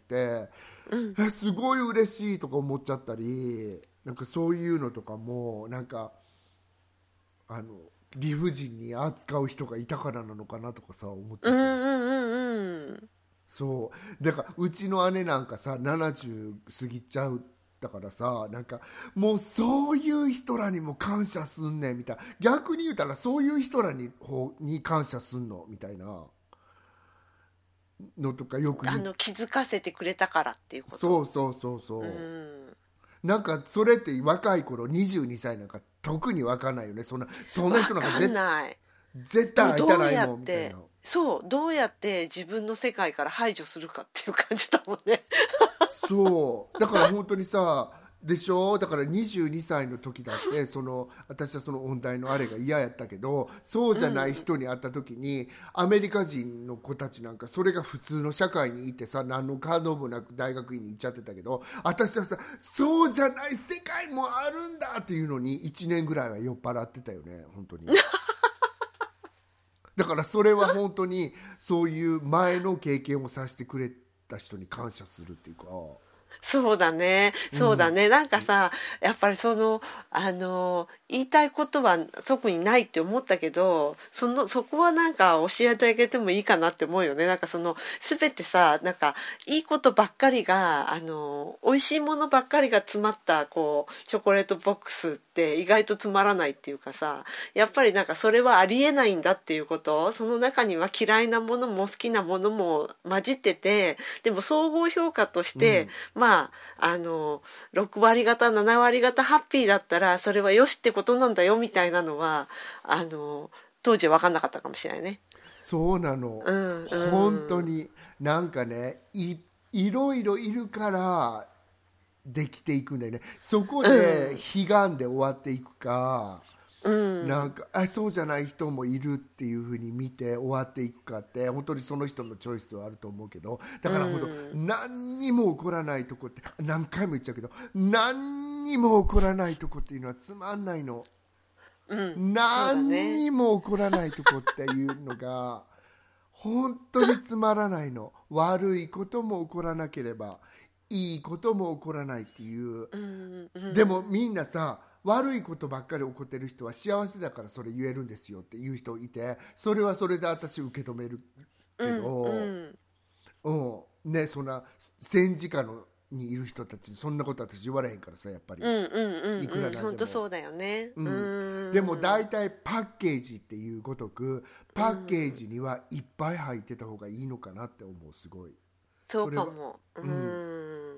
S1: うん、えすごい嬉しいとか思っちゃったり、なんかそういうのとかもなんかあの理不尽に扱う人がいたからなのかなとかさ思っちゃったりして、うんうんうん、そうだからうちの姉なんかさななじゅう過ぎちゃうだからさ、なんかもうそういう人らにも感謝すんねんみたいな、逆に言うたらそういう人らにに感謝すんのみたいなのとかよく
S2: あの気づかせてくれたからっていうこと。
S1: そうそうそうそう、うん、なんかそれって若い頃にじゅうにさいなんか特に分かんないよね、そんなそんな人なんか絶対絶対会いたないもんみたいな。
S2: そうどうやって自分の世界から排除するかっていう感じだもんね
S1: そうだから本当にさでしょ、だからにじゅうにさいの時だってその私はその音大のあれが嫌やったけど、そうじゃない人に会った時に、うん、アメリカ人の子たちなんかそれが普通の社会にいてさ、何の感動もなく大学院に行っちゃってたけど、私はさそうじゃない世界もあるんだっていうのにいちねんぐらいは酔っ払ってたよね本当にだからそれは本当にそういう前の経験をさせてくれた人に感謝するっていうか、
S2: そうだねそうだね、うん、なんかさやっぱりそのあの言いたいことは特にないって思ったけど、そのそこはなんか教えてあげてもいいかなって思うよね。なんかその全てさなんかいいことばっかりがあの美味しいものばっかりが詰まったこうチョコレートボックスって意外とつまらないっていうかさ、やっぱりなんかそれはありえないんだっていうこと、その中には嫌いなものも好きなものも混じってて、でも総合評価として、うん、まああのろくわりがたななわりがたハッピーだったらそれはよしってことなんだよみたいなのはあの当時は分かんなかったかもしれないね。
S1: そうなの、うんうん、本当になんかね い, いろいろいるからできていくんだよね。そこで悲願で終わっていくか、うん、なんかあそうじゃない人もいるっていう風に見て終わっていくかって本当にその人のチョイスはあると思うけど、だから本当、うん、何にも起こらないとこって何回も言っちゃうけど何にも起こらないとこっていうのはつまんないの、うん、何にも起こらないとこっていうのが本当につまらないの悪いことも起こらなければいいことも起こらないっていう、うんうん、でもみんなさ悪いことばっかり起こってる人は幸せだからそれ言えるんですよっていう人いて、それはそれで私受け止めるけど、うんうんうん、ね、そんな戦時下のにいる人たちそんなこと私言われへんからさ、やっぱり、うんうんうんうん、いくらなんでも
S2: 本当そうだよね、
S1: うん、でも大体パッケージっていうごとくパッケージにはいっぱい入ってた方がいいのかなって思う。すごい
S2: そうかも、うん、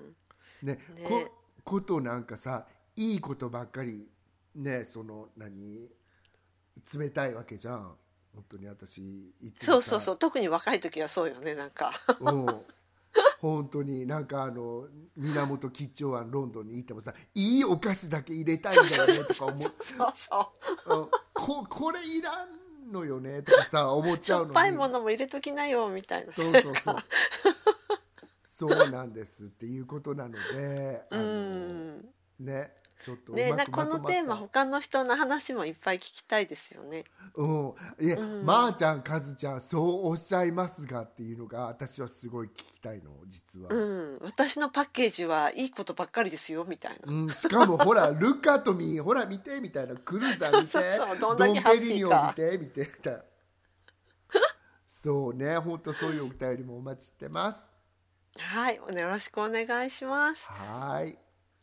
S1: ね、ねこことなんかさいいことばっかりね、その何冷たいわけじゃん本当に。私いつも
S2: そうそうそう、特に若い時はそうよね、なんか
S1: うん本当になんかあの源吉兆庵ロンドンに行ってもさいいお菓子だけ入れたいんだよねとか思ってここれいらんのよねとかさ思っちゃうのに、
S2: しょっぱいものも入れときなよみたいな。
S1: そうそうそうそうなんですっていうことなので、あの、うん、ねちょっとう
S2: ね、
S1: ま
S2: なこ
S1: くまとまった、
S2: のテーマ他の人の話もいっぱい聞きたいですよね。
S1: うん、いや、
S2: うん、
S1: まー、ちゃんかずちゃんそうおっしゃいますがっていうのが私はすごい聞きたいの実は、
S2: うん、私のパッケージはいいことばっかりですよみたいな。
S1: うん、しかもほらルカとミほら見てみたいなクルーザー見て
S2: そうそうどんだ
S1: ドン
S2: けハッ
S1: ペリニョン見
S2: ピーか。
S1: て見てみたいなそうね、本当そういうお便りもお待ちしてます。
S2: はい、よろしくお願いします。
S1: はい、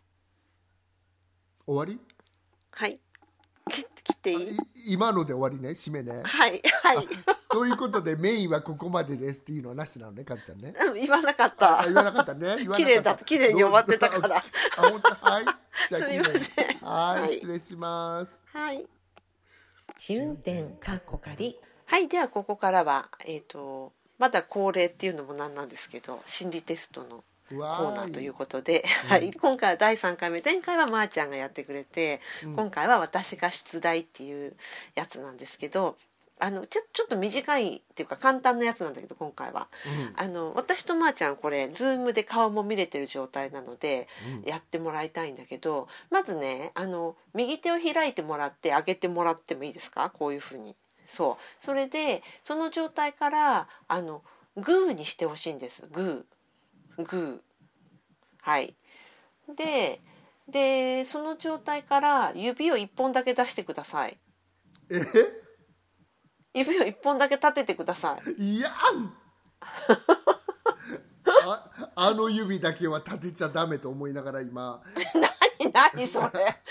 S1: 終わり？
S2: はい、切切ってい
S1: あい
S2: い？
S1: 今ので終わりね、締めね。
S2: はいは
S1: あ
S2: い。
S1: ということでメインはここまでですっていうのはなしなのね、かずちゃんね。
S2: うん言わなかっ
S1: あ
S2: た。
S1: あ言わなかったね。言わなかった。
S2: 綺麗だ綺麗に終わってたから。
S1: あ、本当。はい。じゃあ
S2: すみません。
S1: 綺麗にはい、
S2: はい
S1: 失礼します。
S2: はい。試運転かっこ仮。はい、ではここからはえっ、とまだ恒例っていうのもなんなんですけど、心理テストのコーナーということで、はい、今回はだいさんかいめ、前回はまーちゃんがやってくれて、
S1: うん、
S2: 今回は私が出題っていうやつなんですけど、あのちょちょっと短いっていうか簡単なやつなんだけど、今回は、
S1: うん、
S2: あの私とまーちゃんこれズームで顔も見れてる状態なので
S1: うん、
S2: やってもらいたいんだけど、まずね、あの右手を開いてもらって上げてもらってもいいですか、こういうふうに。そうそれでその状態からあのグーにしてほしいんです。グーグーはい。ででその状態から指をいっぽんだけ出してください。
S1: え
S2: 指をいっぽんだけ立ててください。
S1: いやんああの指だけは立てちゃダメと思いながら今
S2: 何何それ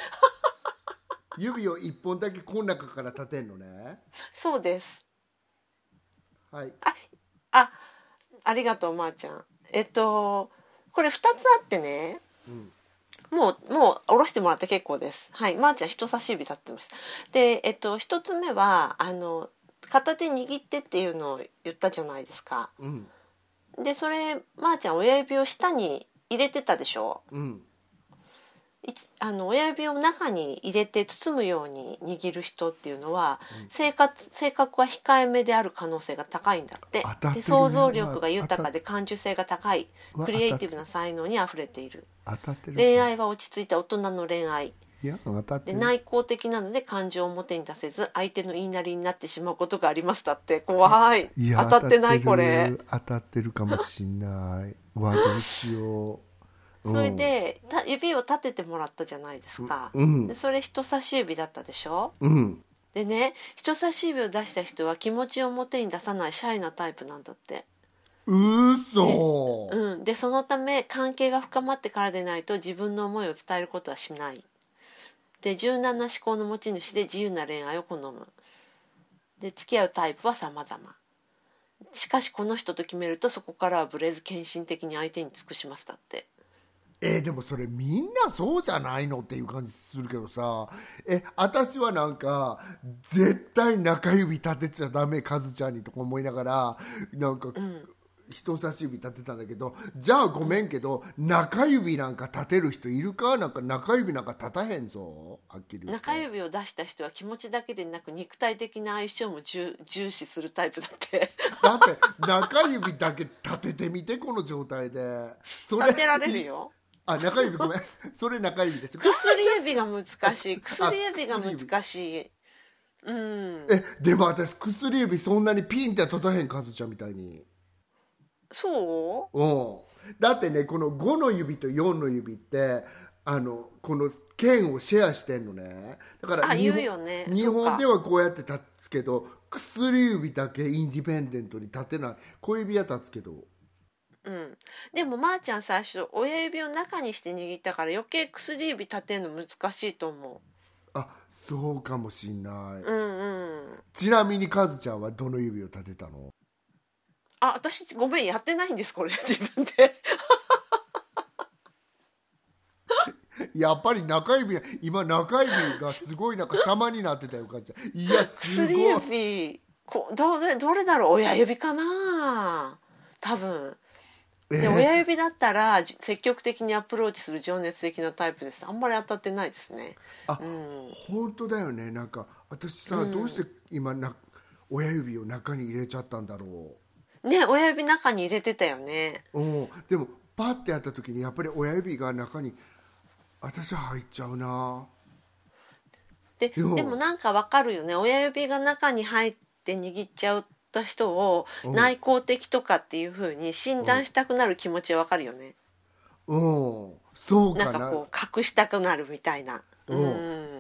S1: 指をいっぽんだけこの中から立てんのね。
S2: そうです。
S1: はい。
S2: あ、ありがとうまーちゃん。えっとこれふたつあってね、
S1: うん、
S2: もうもう下ろしてもらって結構です。はい、まーちゃん人差し指立ってます。で、えっとひとつめはあの片手握ってっていうのを言ったじゃないですか。
S1: うん、
S2: でそれまーちゃん親指を下に入れてたでしょ。
S1: うん、
S2: いあの親指を中に入れて包むように握る人っていうのは、
S1: うん、
S2: 性格性格は控えめである可能性が高いんだって。
S1: 当たってるね。
S2: で想像力が豊かで感受性が高い、
S1: わ
S2: クリエイティブな才能にあふれている。
S1: 当たってる。
S2: 恋愛は落ち着いた大人の恋愛
S1: いや当たってる。
S2: で、内向的なので感情を表に出せず相手の言いなりになってしまうことがありますだって。怖い。
S1: いや
S2: 当たってないこれ。
S1: 当たってるかもしんないわ、どうしよう、うん、
S2: それでた指を立ててもらったじゃないですか、
S1: うん、
S2: でそれ人差し指だったでしょ。
S1: うん、
S2: でね、人差し指を出した人は気持ちを表に出さないシャイなタイプなんだって。
S1: うそ、
S2: うん、でそのため関係が深まってからでないと自分の思いを伝えることはしない。で柔軟な思考の持ち主で自由な恋愛を好む。で付き合うタイプは様々。しかしこの人と決めるとそこからはブレず献身的に相手に尽くしますだって。
S1: えー、でもそれみんなそうじゃないのっていう感じするけどさ、え私はなんか絶対中指立てちゃダメカズちゃんにとか思いながらなんか、
S2: うん
S1: 人差し指立てたんだけど、じゃあごめんけど、うん、中指なんか立てる人いるか。なんか中指なんか立たへんぞ、はっきり言って。
S2: 中指を出した人は気持ちだけでなく肉体的な相性も重視するタイプだって
S1: だって中指だけ立ててみて、この状態で
S2: それ立てられるよ。
S1: あ、中指ごめんそれ中指です。
S2: 薬指が難しい薬指が難しい。うん、
S1: えでも私薬指そんなにピンって立たへん、カズちゃんみたいに。
S2: そう？
S1: うん。だってね、このごの指とよんの指ってあのこの剣をシェアしてんのね。だから
S2: あ、言うよね。
S1: 日本ではこうやって立つけど、薬指だけインディペンデントに立てない。小指は立つけど。
S2: うん、でもまーちゃん最初親指を中にして握ったから余計薬指立てるの難しいと思う。
S1: あ、そうかもしんない。
S2: うんうん。
S1: ちなみにカズちゃんはどの指を立てたの？
S2: あ、私ごめんやってないんですこれ自分で
S1: やっぱり中指、今中指がすごいなんか様になってたよ、カズちゃん。いやすごい。
S2: 薬指こどれどれだろう、親指かな多分。で、親指だったら積極的にアプローチする情熱的なタイプです。あんまり当たってないですね。
S1: あ、
S2: うん、
S1: 本当だよね。なんか私さ、うん、どうして今な親指を中に入れちゃったんだろう
S2: ね。親指中に入れてたよね。
S1: うん、でもパッてやった時にやっぱり親指が中に私は入っちゃうな。
S2: ででもなんかわかるよね、親指が中に入って握っちゃった人を内向的とかっていう風に診断したくなる気持ちはわかるよね。
S1: うん、そうかな。
S2: なんかこう隠したくなるみたいな。うん、うん、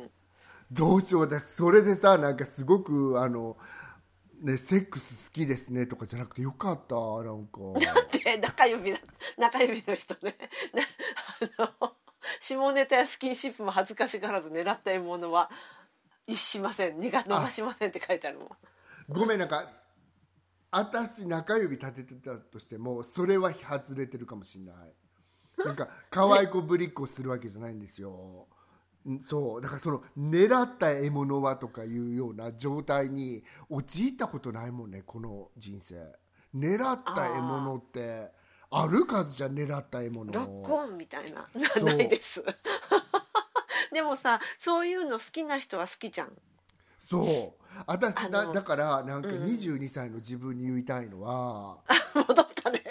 S1: どうしよう、私それでさ、なんかすごくあのね、セックス好きですねとかじゃなくてよかった。なんか
S2: なんで中指だ中指の人ねあの下ネタやスキンシップも恥ずかしがらず狙った獲物は一しません、逃が逃しませんって書いてあるもん。
S1: ごめん、なんか私中指立ててたとしてもそれは外れてるかもしれない。なんか可愛い子ぶりっ子するわけじゃないんですよ。そうだから、その狙った獲物はとかいうような状態に陥ったことないもんね、この人生。狙った獲物ってある数じゃ、狙った獲物
S2: ロックオンみたいなないですでもさ、そういうの好きな人は好きじゃん。
S1: そう私だだからなんかにじゅうにさいの自分に言いたいのは、
S2: うん、戻ったね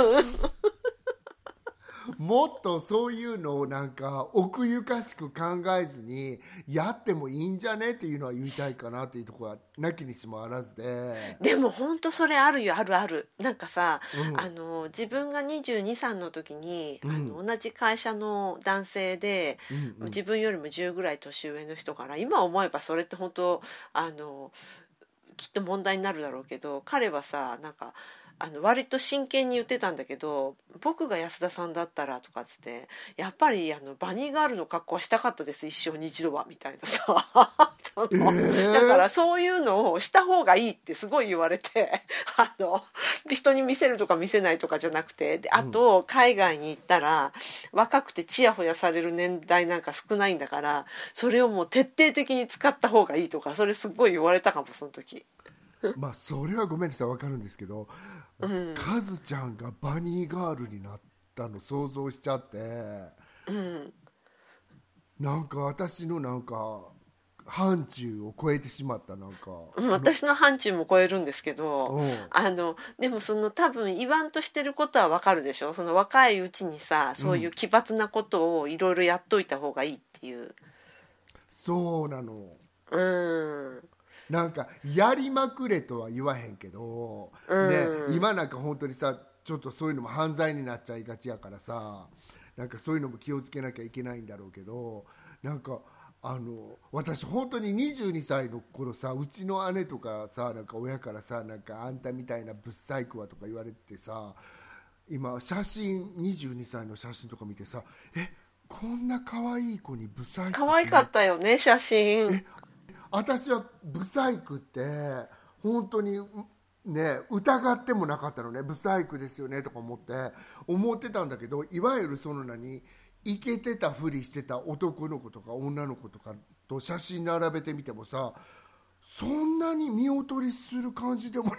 S1: もっとそういうのをなんか奥ゆかしく考えずにやってもいいんじゃねっていうのは言いたいかなっていうところはなきにしもあらずで。
S2: でも本当それあるよ、あるある。なんかさ、うん、あの自分がにじゅうにさいの時に、うん、あの同じ会社の男性で、うんうん、自分よりもじゅうぐらい年上の人から、今思えばそれって本当あのきっと問題になるだろうけど、彼はさ、なんかあの割と真剣に言ってたんだけど、僕が安田さんだったらとかつって、やっぱりあのバニーガールの格好はしたかったです、一生に一度はみたいなさその、えー、だからそういうのをした方がいいってすごい言われてあの人に見せるとか見せないとかじゃなくて、であと海外に行ったら若くてチヤホヤされる年代なんか少ないんだから、それをもう徹底的に使った方がいいとか、それすごい言われたかも、その時。
S1: まあそれはごめんなさい、分かるんですけど、うん、カズちゃんがバニーガールになったの想像しちゃって、うん、なんか私のなんか範疇を超えてしまった。なんか
S2: 私の範疇も超えるんですけど、うん、あのでもその多分言わんとしてることは分かるでしょ。その若いうちにさ、そういう奇抜なことをいろいろやっといた方がいいっていう、うん、
S1: そうなの。
S2: うん
S1: なんかやりまくれとは言わへんけど、うんね、今なんか本当にさ、ちょっとそういうのも犯罪になっちゃいがちやからさ、なんかそういうのも気をつけなきゃいけないんだろうけど、なんかあの私本当ににじゅうにさいの頃さ、うちの姉とかさ、なんか親からさ、なんかあんたみたいなブッサイクはとか言われてさ、今写真にじゅうにさいの写真とか見てさ、えこんな可愛い子にブサイク
S2: 可愛かったよね、写真。
S1: え私はブサイクって本当にね、疑ってもなかったのね。ブサイクですよねとか思って思ってたんだけど、いわゆるその何イケてたふりしてた男の子とか女の子とかと写真並べてみてもさ、そんなに見劣りする感じでもない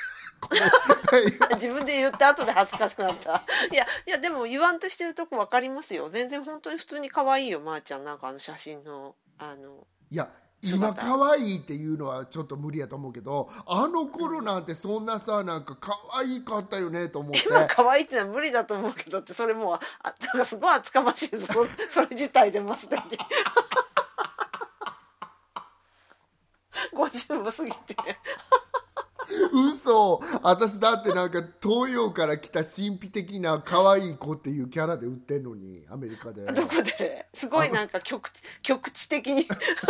S2: 自分で言った後で恥ずかしくなったいやいや、でも言わんとしてるとこ分かりますよ。全然本当に普通に可愛いよ、まーちゃん。なんかあの写真のあの
S1: いや今可愛いっていうのはちょっと無理やと思うけど、あの頃なんてそんなさ、なんか可愛かったよねと思って。
S2: 今可愛いってのは無理だと思うけどって、それもうあなんかすごい厚かましいぞそれ自体でもすでにごじゅうも過ぎて
S1: 嘘、私だってなんか東洋から来た神秘的な可愛い子っていうキャラで売ってんのに、アメリカで。
S2: どこですごいなんか局地局地的に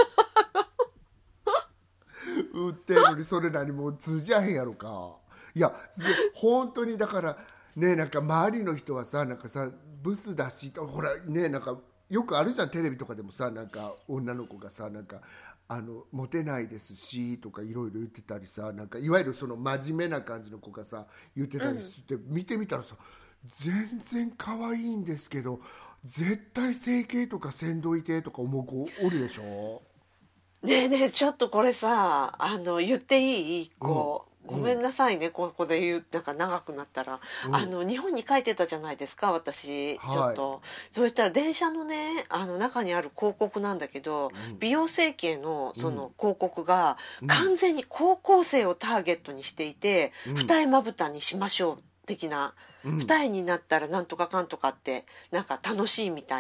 S1: 売ってるのに、それ何もう通じゃへんやろか。いや本当にだからね、なんか周りの人はさ、なんかさブスだし、ほらね、なんかよくあるじゃん、テレビとかでもさ、なんか女の子がさ、なんかあのモテないですしとかいろいろ言ってたりさ、なんかいわゆるその真面目な感じの子がさ言ってたりして、うん、見てみたらさ、全然可愛いんですけど絶対整形とかせんどいてとか思う子おるでしょ。
S2: ねえねえ、ちょっとこれさ、あの言っていい一個、うん、ごめんなさいね、うん、ここで言うなんか長くなったら、うん、あの日本に帰ってたじゃないですか、私、はい、ちょっとそうしたら電車のね、あの中にある広告なんだけど、うん、美容整形のその広告が完全に高校生をターゲットにしていて、うん、二重まぶたにしましょう的な、うん、二重になったらなんとかかんとかってなんか楽しいみたいな、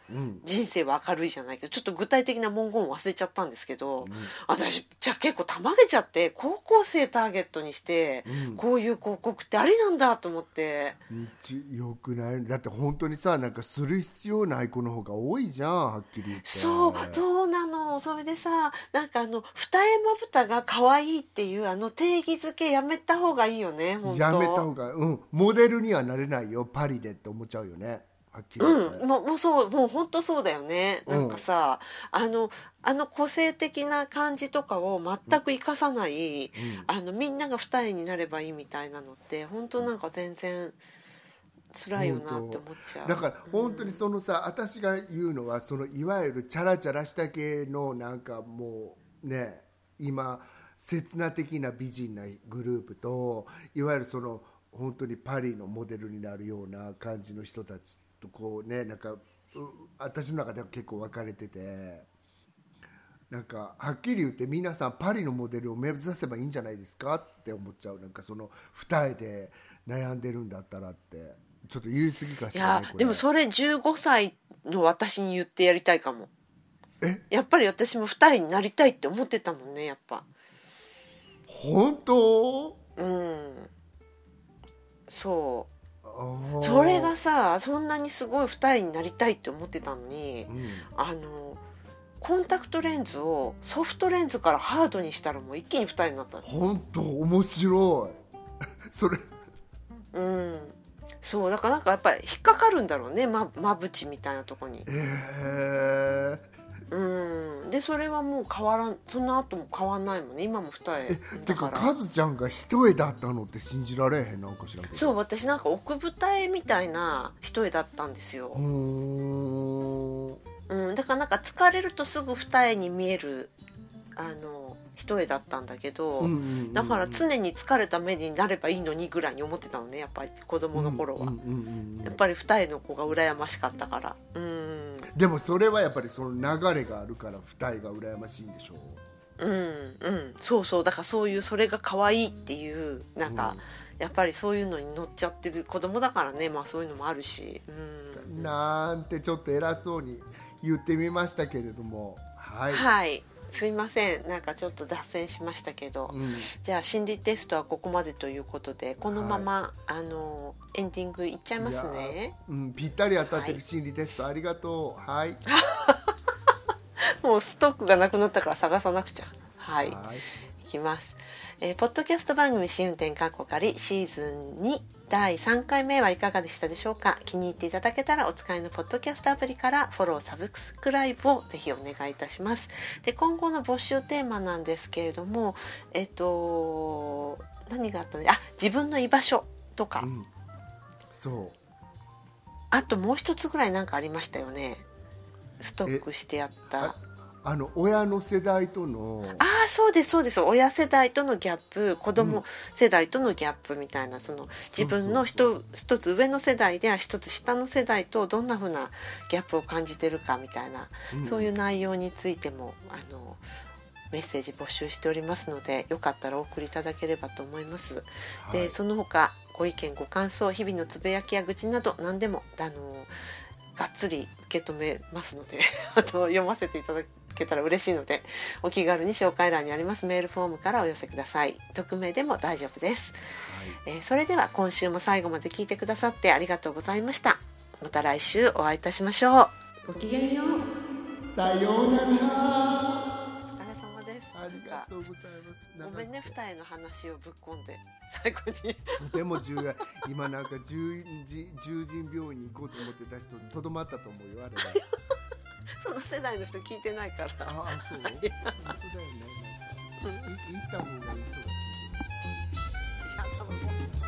S1: うん、
S2: 人生は明るいじゃないけど、ちょっと具体的な文言を忘れちゃったんですけど、うん、私じゃあ結構たまげちゃって、高校生ターゲットにして、うん、こういう広告ってありなんだと思って。
S1: よくない。だって本当にさ、なんかする必要ない子の方が多いじゃん、はっきり言って。
S2: そうそうなの。それでさ、なんかあの二重まぶたが可愛いっていうあの定義づけやめた方がいいよね。本当
S1: やめた方が、うん、モデルにはなれないよパリでって思っちゃうよね。
S2: うん、もうもうそうもう本当そうだよね。なんかさ、うん、あのあの個性的な感じとかを全く生かさない、うん、あのみんなが二重になればいいみたいなのって本当なんか全然辛いよなって思っちゃう。
S1: だから本当にそのさ、うん、私が言うのはそのいわゆるチャラチャラした系のなんかもうね、今刹那的な美人なグループと、いわゆるその本当にパリのモデルになるような感じの人たちとこうね、なんか私の中では結構分かれてて、なんかはっきり言って皆さんパリのモデルを目指せばいいんじゃないですかって思っちゃう。なんかその二重で悩んでるんだったらって。ちょっと言い過ぎかしらね。
S2: いやでもそれじゅうごさいの私に言ってやりたいかも。
S1: え
S2: やっぱり私も二重になりたいって思ってたもんね、やっぱ。
S1: 本当？
S2: うんそう。それがさ、そんなにすごい二重になりたいって思ってたのに、うん、あのコンタクトレンズをソフトレンズからハードにしたらもう一気に二重になったの。
S1: 本当面白いそれ
S2: うんそうだからなんかやっぱり引っかかるんだろうね、ままぶちみたいなとこに。
S1: え
S2: ー、うんでそれはもう変わらん、その後も変わんないもんね、今も二重
S1: えてかカズちゃんが一重だったのって信じられへん。なんか知らんけど。
S2: そう、私なんか奥二重みたいな一重だったんですよ。うーんうん、だからなんか疲れるとすぐ二重に見えるあの一重だったんだけど、うんうんうんうん、だから常に疲れた目になればいいのにぐらいに思ってたのね、やっぱり子供の頃は、うんうんうんうん、やっぱり二重の子が羨ましかったから。うん
S1: でもそれはやっぱりその流れがあるから二重が羨ましいんでしょ
S2: う。うんうんそうそう、だからそういうそれが可愛いっていうなんか、うん、やっぱりそういうのに乗っちゃってる子供だからね、まあそういうのもあるし、
S1: うんなんてちょっと偉そうに言ってみましたけれども、はい、
S2: はい、すいません、なんかちょっと脱線しましたけど、うん、じゃあ心理テストはここまでということで、このまま、はい、あのエンディングいっちゃいますね。
S1: うん、ぴったり当たってる心理テスト、はい、ありがとう。はい。
S2: もうストックがなくなったから探さなくちゃ。はい。はい、いきます。えー、ポッドキャスト番組試運転カッコ仮シーズンにだいさんかいめはいかがでしたでしょうか。気に入っていただけたらお使いのポッドキャストアプリからフォローサブスクライブをぜひお願いいたします。で今後の募集テーマなんですけれども、えっと何があったの、あ自分の居場所とか、うん、
S1: そう
S2: あともう一つぐらいなんかありましたよね、ストックしてあった
S1: あの親の世代との、
S2: ああそうですそうです、親世代とのギャップ、子供世代とのギャップみたいな、うん、その自分の一つ上の世代では一つ下の世代とどんな風なギャップを感じてるかみたいな、うん、そういう内容についてもあのメッセージ募集しておりますので、よかったらお送りいただければと思います。はい、でその他ご意見ご感想、日々のつぶやきや愚痴など何でもあのがっつり受け止めますのであと読ませていただけたら嬉しいので、お気軽に紹介欄にありますメールフォームからお寄せください。匿名でも大丈夫です。はい、えー、それでは今週も最後まで聞いてくださってありがとうございました。また来週お会いいたしましょう。ごきげんよう。
S1: さようなら。お疲れ
S2: 様です。
S1: ありがとうございます。
S2: ごめんね、二重の話をぶっ込んで最後に
S1: とても重要。今なんか獣人病院に行こうと思ってた人にとどまったと思うよ、あれは
S2: その世代の人聞いてないから。
S1: ああそう本当だよね。なんか、うん、行った方がいいとか聞いてる。いや多分